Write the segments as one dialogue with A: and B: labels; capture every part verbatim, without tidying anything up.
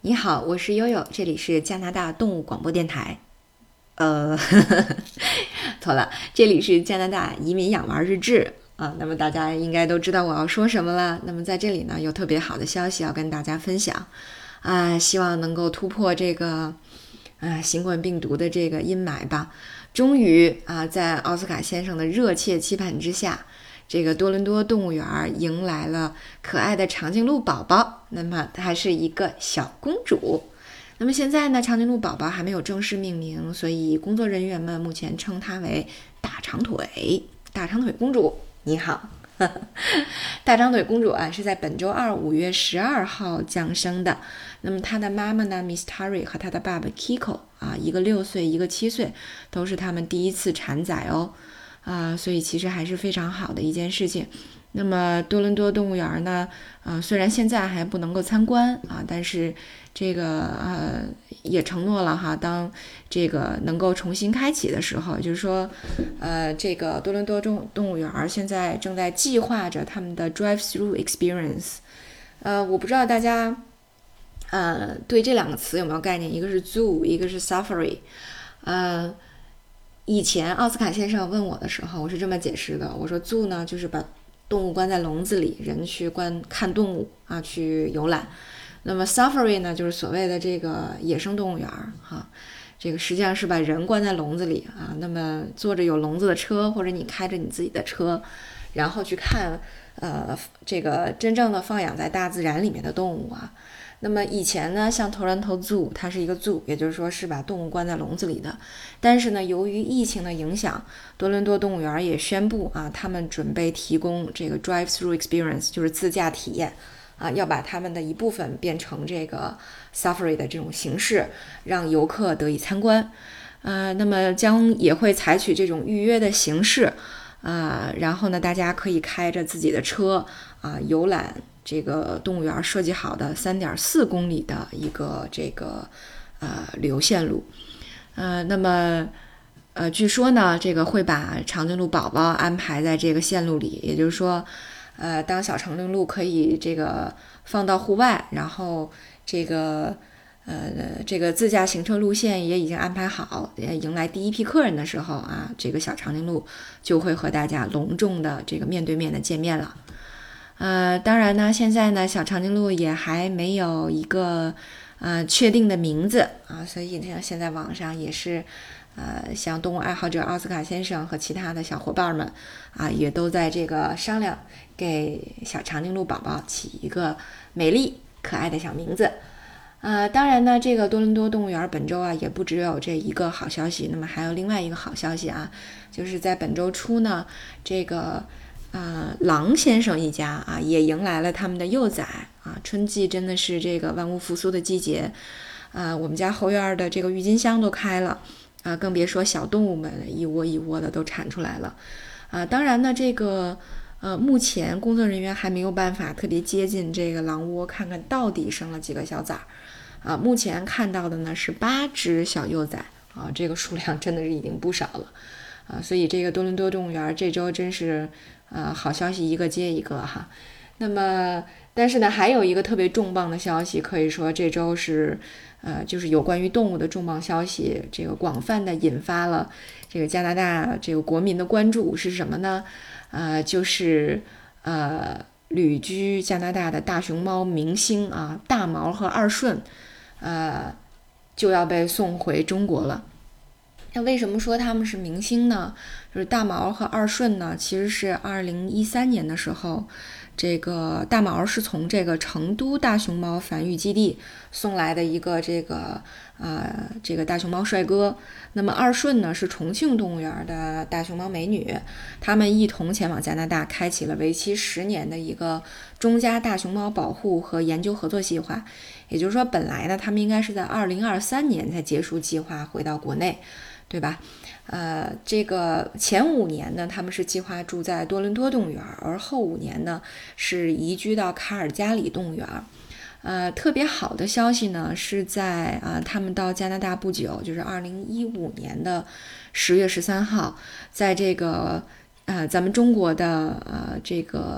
A: 你好，我是悠悠，这里是加拿大动物广播电台。呃，错了，这里是加拿大移民养娃日志啊。那么大家应该都知道我要说什么了。那么在这里呢，有特别好的消息要跟大家分享啊，希望能够突破这个啊新冠病毒的这个阴霾吧。终于啊，在奥斯卡先生的热切期盼之下，这个多伦多动物园迎来了可爱的长颈鹿宝宝，那么它是一个小公主。那么现在呢，长颈鹿宝宝还没有正式命名，所以工作人员们目前称它为大长腿。大长腿公主，你好。大长腿公主啊，是在本周二五月十二号降生的。那么她的妈妈呢 ，Miss Terry 和她的爸爸 Kiko 啊，一个六岁，一个七岁，都是他们第一次产崽哦。啊、呃，所以其实还是非常好的一件事情。那么多伦多动物园呢，呃，虽然现在还不能够参观啊，但是这个呃也承诺了哈，当这个能够重新开启的时候，就是说，呃，这个多伦多动动物园现在正在计划着他们的 drive-through experience。呃，我不知道大家呃对这两个词有没有概念？一个是 zoo， 一个是 safari。呃。以前奥斯卡先生问我的时候，我是这么解释的，我说 zoo 呢就是把动物关在笼子里，人去观看动物啊，去游览。那么 safari 呢就是所谓的这个野生动物园哈、啊，这个实际上是把人关在笼子里啊，那么坐着有笼子的车，或者你开着你自己的车，然后去看呃这个真正的放养在大自然里面的动物啊。那么以前呢，像 Toronto Zoo， 它是一个 zoo， 也就是说是把动物关在笼子里的。但是呢，由于疫情的影响，多伦多动物园也宣布啊，他们准备提供这个 drive-through experience， 就是自驾体验啊，要把他们的一部分变成这个 safari 的这种形式，让游客得以参观。呃，那么将也会采取这种预约的形式啊，然后呢，大家可以开着自己的车啊，游览这个动物园设计好的 三点四公里的一个这个呃旅游线路。呃，那么呃，据说呢，这个会把长颈鹿宝宝安排在这个线路里，也就是说，呃，当小长颈鹿可以这个放到户外，然后这个呃这个自驾行车路线也已经安排好，迎来第一批客人的时候啊，这个小长颈鹿就会和大家隆重的这个面对面的见面了。呃，当然呢，现在呢，小长颈鹿也还没有一个呃确定的名字啊，所以呢，现在网上也是，呃，像动物爱好者奥斯卡先生和其他的小伙伴们啊，也都在这个商量给小长颈鹿宝宝起一个美丽可爱的小名字。呃，当然呢，这个多伦多动物园本周啊，也不只有这一个好消息，那么还有另外一个好消息啊，就是在本周初呢，这个。呃，狼先生一家啊，也迎来了他们的幼崽啊。春季真的是这个万物复苏的季节，啊，我们家后院的这个郁金香都开了啊，更别说小动物们一窝一窝的都产出来了啊。当然呢，这个呃，目前工作人员还没有办法特别接近这个狼窝，看看到底生了几个小崽啊。目前看到的呢是八只小幼崽啊，这个数量真的是已经不少了啊。所以这个多伦多动物园这周真是。呃，好消息一个接一个哈，那么，但是呢，还有一个特别重磅的消息，可以说这周是，呃，就是有关于动物的重磅消息，这个广泛的引发了这个加拿大这个国民的关注是什么呢？呃，就是呃，旅居加拿大的大熊猫明星啊，大毛和二顺，呃，就要被送回中国了。那为什么说他们是明星呢？就是大毛和二顺呢，其实是二零一三年的时候，这个大毛是从这个成都大熊猫繁育基地送来的一个这个呃这个大熊猫帅哥。那么二顺呢是重庆动物园的大熊猫美女，他们一同前往加拿大，开启了为期十年的一个中加大熊猫保护和研究合作计划。也就是说，本来呢，他们应该是在二零二三年才结束计划，回到国内。对吧？呃，这个前五年呢，他们是计划住在多伦多动物园，而后五年呢是移居到卡尔加里动物园。呃，特别好的消息呢是在啊、呃，他们到加拿大不久，就是二零一五年的十月十三号，在这个呃咱们中国的呃这个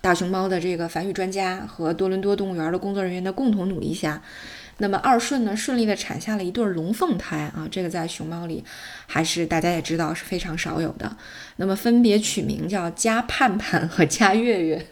A: 大熊猫的这个繁育专家和多伦多动物园的工作人员的共同努力下，那么二顺呢顺利的产下了一对龙凤胎啊，这个在熊猫里还是大家也知道是非常少有的。那么分别取名叫加盼盼和加月月。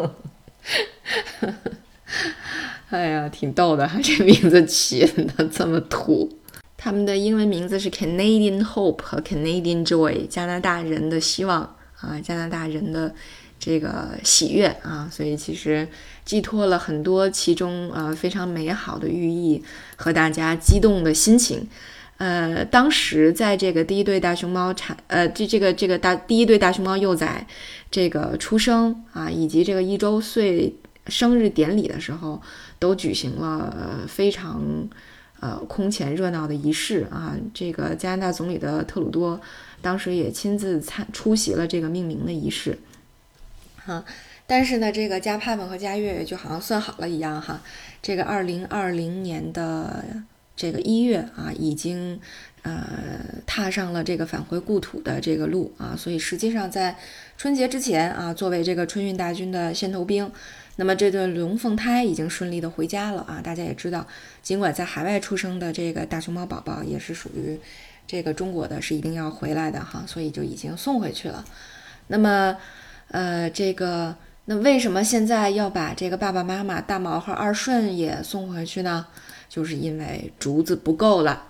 A: 哎呀，挺逗的，这名字起的这么土。他们的英文名字是 Canadian Hope 和 Canadian Joy， 加拿大人的希望啊，加拿大人的这个喜悦啊，所以其实寄托了很多其中啊非常美好的寓意和大家激动的心情。呃，当时在这个第一对大熊猫产呃这这个这个大第一对大熊猫幼崽这个出生啊，以及这个一周岁生日典礼的时候，都举行了、呃、非常呃空前热闹的仪式啊。这个加拿大总理的特鲁多当时也亲自参出席了这个命名的仪式啊。但是呢，这个加盼盼和加月月就好像算好了一样哈，这个二零二零年的这个一月啊，已经呃踏上了这个返回故土的这个路啊，所以实际上在春节之前啊，作为这个春运大军的先头兵，那么这对龙凤胎已经顺利的回家了啊。大家也知道，尽管在海外出生的这个大熊猫宝宝也是属于这个中国的，是一定要回来的哈，所以就已经送回去了。那么呃这个那为什么现在要把这个爸爸妈妈大毛和二顺也送回去呢？就是因为竹子不够了。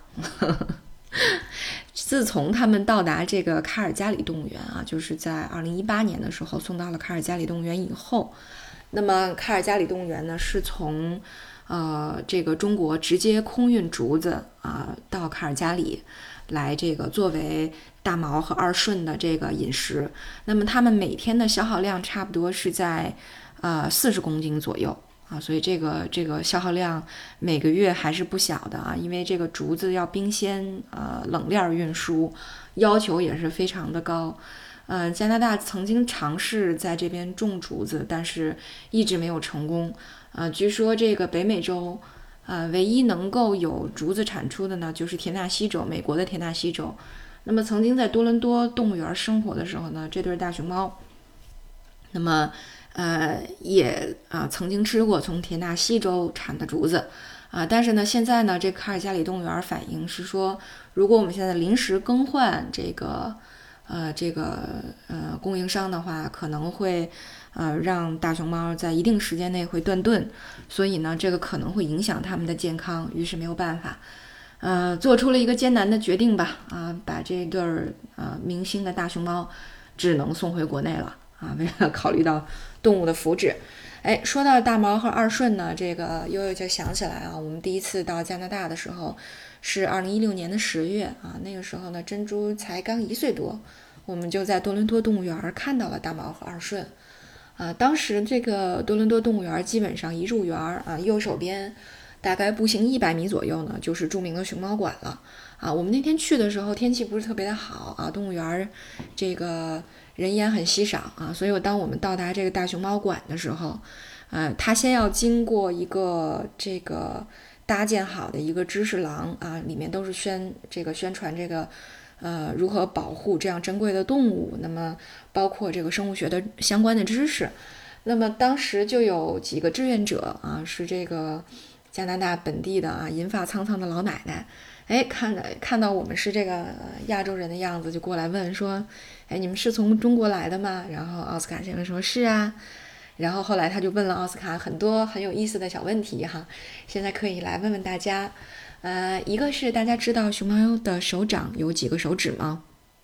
A: 自从他们到达这个卡尔加里动物园啊，就是在二零一八年的时候送到了卡尔加里动物园以后，那么卡尔加里动物园呢是从呃这个中国直接空运竹子啊、呃、到卡尔加里来，这个作为大毛和二顺的这个饮食。那么他们每天的消耗量差不多是在呃四十公斤左右。啊，所以这个这个消耗量每个月还是不小的啊，因为这个竹子要冰鲜呃冷链运输，要求也是非常的高。呃，加拿大曾经尝试在这边种竹子，但是一直没有成功。呃，据说这个北美洲，呃，唯一能够有竹子产出的呢，就是田纳西州，美国的田纳西州。那么曾经在多伦多动物园生活的时候呢，这对大熊猫，那么。呃，也啊、呃、曾经吃过从田纳西州产的竹子啊、呃，但是呢，现在呢，这卡尔加里动物园反映是说，如果我们现在临时更换这个呃这个呃供应商的话，可能会呃让大熊猫在一定时间内会断顿，所以呢，这个可能会影响它们的健康，于是没有办法，呃，做出了一个艰难的决定吧，啊、呃，把这对儿呃明星的大熊猫只能送回国内了。啊，为了考虑到动物的福祉，哎，说到大毛和二顺呢，这个悠悠就想起来啊，我们第一次到加拿大的时候是二零一六年的十月啊，那个时候呢，珍珠才刚一岁多，我们就在多伦多动物园看到了大毛和二顺，啊，当时这个多伦多动物园基本上一入园啊，右手边大概步行一百米左右呢，就是著名的熊猫馆了啊。我们那天去的时候天气不是特别的好啊，动物园这个。人烟很稀少啊，所以当我们到达这个大熊猫馆的时候，呃，它先要经过一个这个搭建好的一个知识廊啊，里面都是宣这个宣传这个呃如何保护这样珍贵的动物，那么包括这个生物学的相关的知识。那么当时就有几个志愿者啊，是这个加拿大本地的啊银发苍苍的老奶奶。哎，看看到我们是这个亚洲人的样子，就过来问说：“哎，你们是从中国来的吗？”然后奥斯卡先生说：“是啊。”然后后来他就问了奥斯卡很多很有意思的小问题哈，现在可以来问问大家。呃，一个是大家知道熊猫的手掌有几个手指吗？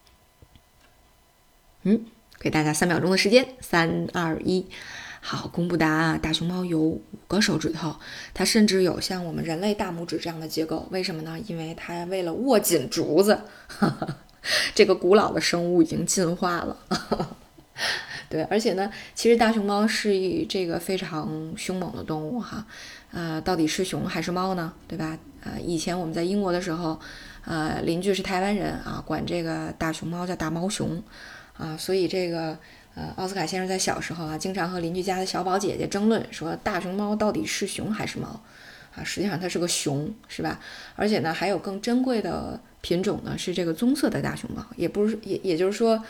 A: 嗯，给大家三秒钟的时间，三二一。好，公布答案。大熊猫有五个手指头，它甚至有像我们人类大拇指这样的结构。为什么呢？因为它为了握紧竹子，呵呵，这个古老的生物已经进化了。呵呵，对，而且呢，其实大熊猫是一这个非常凶猛的动物哈。呃，到底是熊还是猫呢？对吧？呃，以前我们在英国的时候，呃，邻居是台湾人啊，管这个大熊猫叫大猫熊啊，所以这个。呃，奥斯卡先生在小时候啊，经常和邻居家的小宝姐姐争论，说大熊猫到底是熊还是猫啊？实际上它是个熊，是吧？而且呢，还有更珍贵的品种呢，是这个棕色的大熊猫，也不是也也就是说，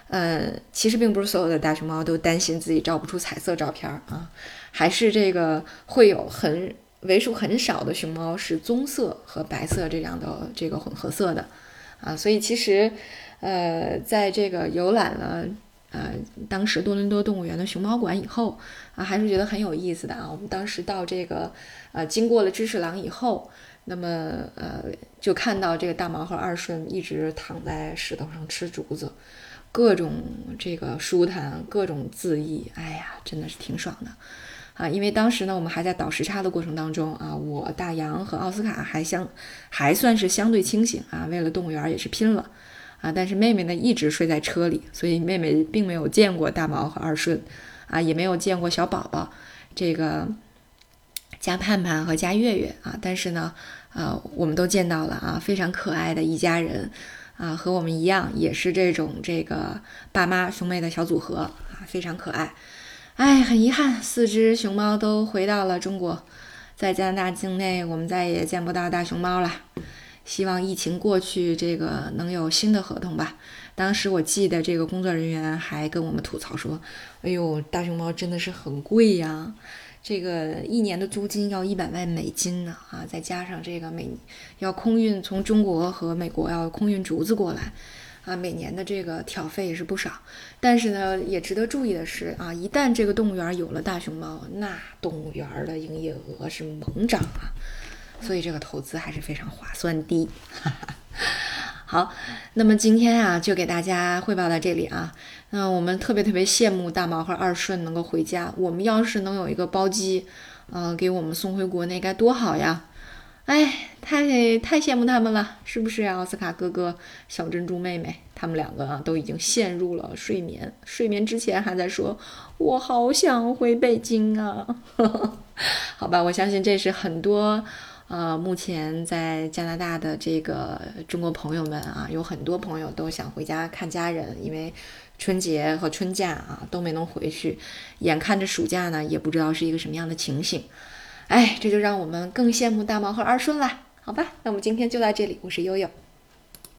A: 呃，其实并不是所有的大熊猫都担心自己照不出彩色照片啊，还是这个会有很为数很少的熊猫是棕色和白色这样的这个混合色的啊，所以其实呃，在这个游览了呃当时多伦多动物园的熊猫馆以后啊，还是觉得很有意思的啊。我们当时到这个呃经过了知识廊以后，那么呃就看到这个大毛和二顺一直躺在石头上吃竹子。各种这个舒坦，各种恣意，哎呀，真的是挺爽的啊！因为当时呢，我们还在倒时差的过程当中啊，我大洋和奥斯卡还相还算是相对清醒啊，为了动物园也是拼了啊。但是妹妹呢一直睡在车里，所以妹妹并没有见过大毛和二顺啊，也没有见过小宝宝这个加盼盼和加月月啊。但是呢，呃，我们都见到了啊，非常可爱的一家人。啊，和我们一样，也是这种这个爸妈兄妹的小组合啊，非常可爱。哎，很遗憾，四只熊猫都回到了中国，在加拿大境内，我们再也见不到大熊猫了。希望疫情过去，这个能有新的合同吧。当时我记得这个工作人员还跟我们吐槽说：“哎呦，大熊猫真的是很贵呀。”这个一年的租金要一百万美金呢啊，再加上这个每要空运从中国和美国要空运竹子过来啊，每年的这个挑费也是不少。但是呢，也值得注意的是啊，一旦这个动物园有了大熊猫，那动物园的营业额是猛涨啊，所以这个投资还是非常划算的。好，那么今天啊，就给大家汇报到这里啊。那我们特别特别羡慕大毛和二顺能够回家。我们要是能有一个包机，呃，给我们送回国内该多好呀！哎，太太羡慕他们了，是不是啊？奥斯卡哥哥、小珍珠妹妹，他们两个啊都已经陷入了睡眠，睡眠之前还在说：“我好想回北京啊！”好吧，我相信这是很多。呃，目前在加拿大的这个中国朋友们啊，有很多朋友都想回家看家人，因为春节和春假啊都没能回去，眼看着暑假呢，也不知道是一个什么样的情形。哎，这就让我们更羡慕大毛和二顺啦。好吧，那我们今天就到这里，我是悠悠。